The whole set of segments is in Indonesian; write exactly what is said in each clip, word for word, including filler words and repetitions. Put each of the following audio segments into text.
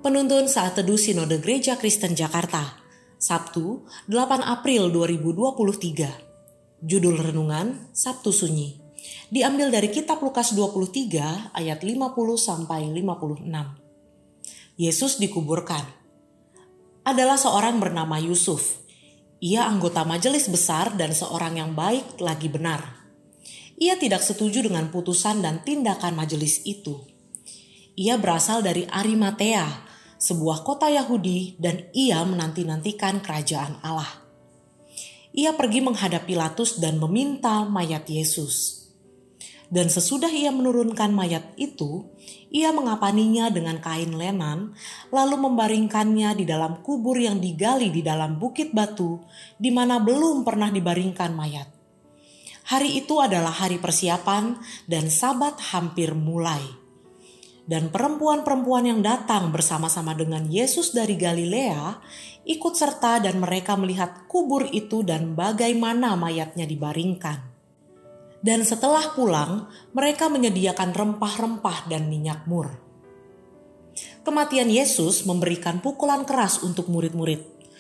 Penuntun Saat Teduh Sinode Gereja Kristen Jakarta, Sabtu, delapan April dua ribu dua puluh tiga. Judul Renungan, Sabtu Sunyi. Diambil dari kitab Lukas dua puluh tiga ayat lima puluh sampai lima puluh enam. Yesus dikuburkan. Adalah seorang bernama Yusuf. Ia anggota majelis besar dan seorang yang baik lagi benar. Ia tidak setuju dengan putusan dan tindakan majelis itu. Ia berasal dari Arimatea, sebuah kota Yahudi, dan ia menanti-nantikan kerajaan Allah. Ia pergi menghadap Pilatus dan meminta mayat Yesus. Dan sesudah ia menurunkan mayat itu, ia mengapaninya dengan kain lenan, lalu membaringkannya di dalam kubur yang digali di dalam bukit batu, di mana belum pernah dibaringkan mayat. Hari itu adalah hari persiapan dan Sabat hampir mulai. Dan perempuan-perempuan yang datang bersama-sama dengan Yesus dari Galilea ikut serta dan mereka melihat kubur itu dan bagaimana mayatnya dibaringkan. Dan setelah pulang, mereka menyediakan rempah-rempah dan minyak mur. Kematian Yesus memberikan pukulan keras untuk murid-murid.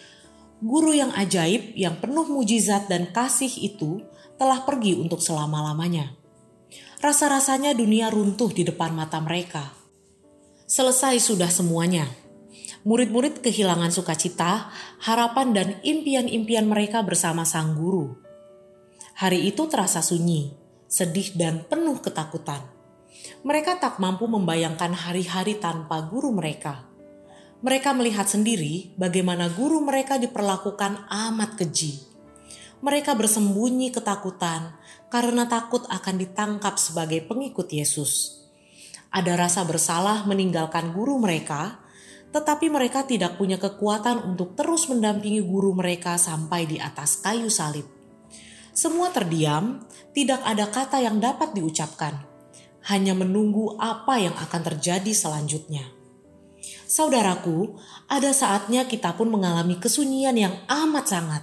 Guru yang ajaib, yang penuh mujizat dan kasih itu telah pergi untuk selama-lamanya. Rasa-rasanya dunia runtuh di depan mata mereka. Selesai sudah semuanya. Murid-murid kehilangan sukacita, harapan dan impian-impian mereka bersama sang guru. Hari itu terasa sunyi, sedih dan penuh ketakutan. Mereka tak mampu membayangkan hari-hari tanpa guru mereka. Mereka melihat sendiri bagaimana guru mereka diperlakukan amat keji. Mereka bersembunyi ketakutan karena takut akan ditangkap sebagai pengikut Yesus. Ada rasa bersalah meninggalkan guru mereka, tetapi mereka tidak punya kekuatan untuk terus mendampingi guru mereka sampai di atas kayu salib. Semua terdiam, tidak ada kata yang dapat diucapkan, hanya menunggu apa yang akan terjadi selanjutnya. Saudaraku, ada saatnya kita pun mengalami kesunyian yang amat sangat.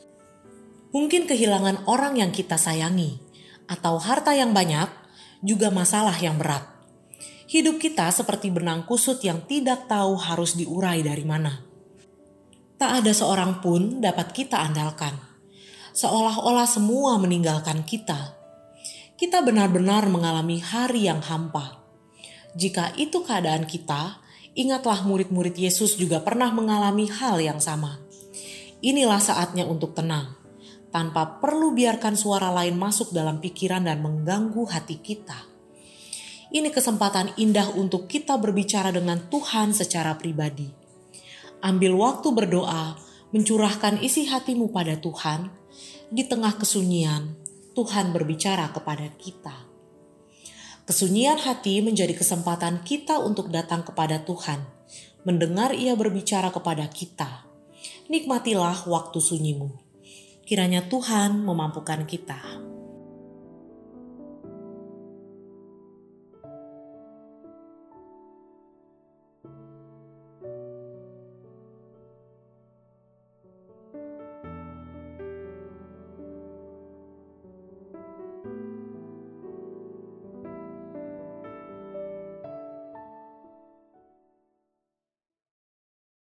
Mungkin kehilangan orang yang kita sayangi, atau harta yang banyak, juga masalah yang berat. Hidup kita seperti benang kusut yang tidak tahu harus diurai dari mana. Tak ada seorang pun dapat kita andalkan. Seolah-olah semua meninggalkan kita. Kita benar-benar mengalami hari yang hampa. Jika itu keadaan kita, ingatlah murid-murid Yesus juga pernah mengalami hal yang sama. Inilah saatnya untuk tenang, tanpa perlu biarkan suara lain masuk dalam pikiran dan mengganggu hati kita. Ini kesempatan indah untuk kita berbicara dengan Tuhan secara pribadi. Ambil waktu berdoa, mencurahkan isi hatimu pada Tuhan. Di tengah kesunyian, Tuhan berbicara kepada kita. Kesunyian hati menjadi kesempatan kita untuk datang kepada Tuhan, mendengar Ia berbicara kepada kita. Nikmatilah waktu sunyimu. Kiranya Tuhan memampukan kita.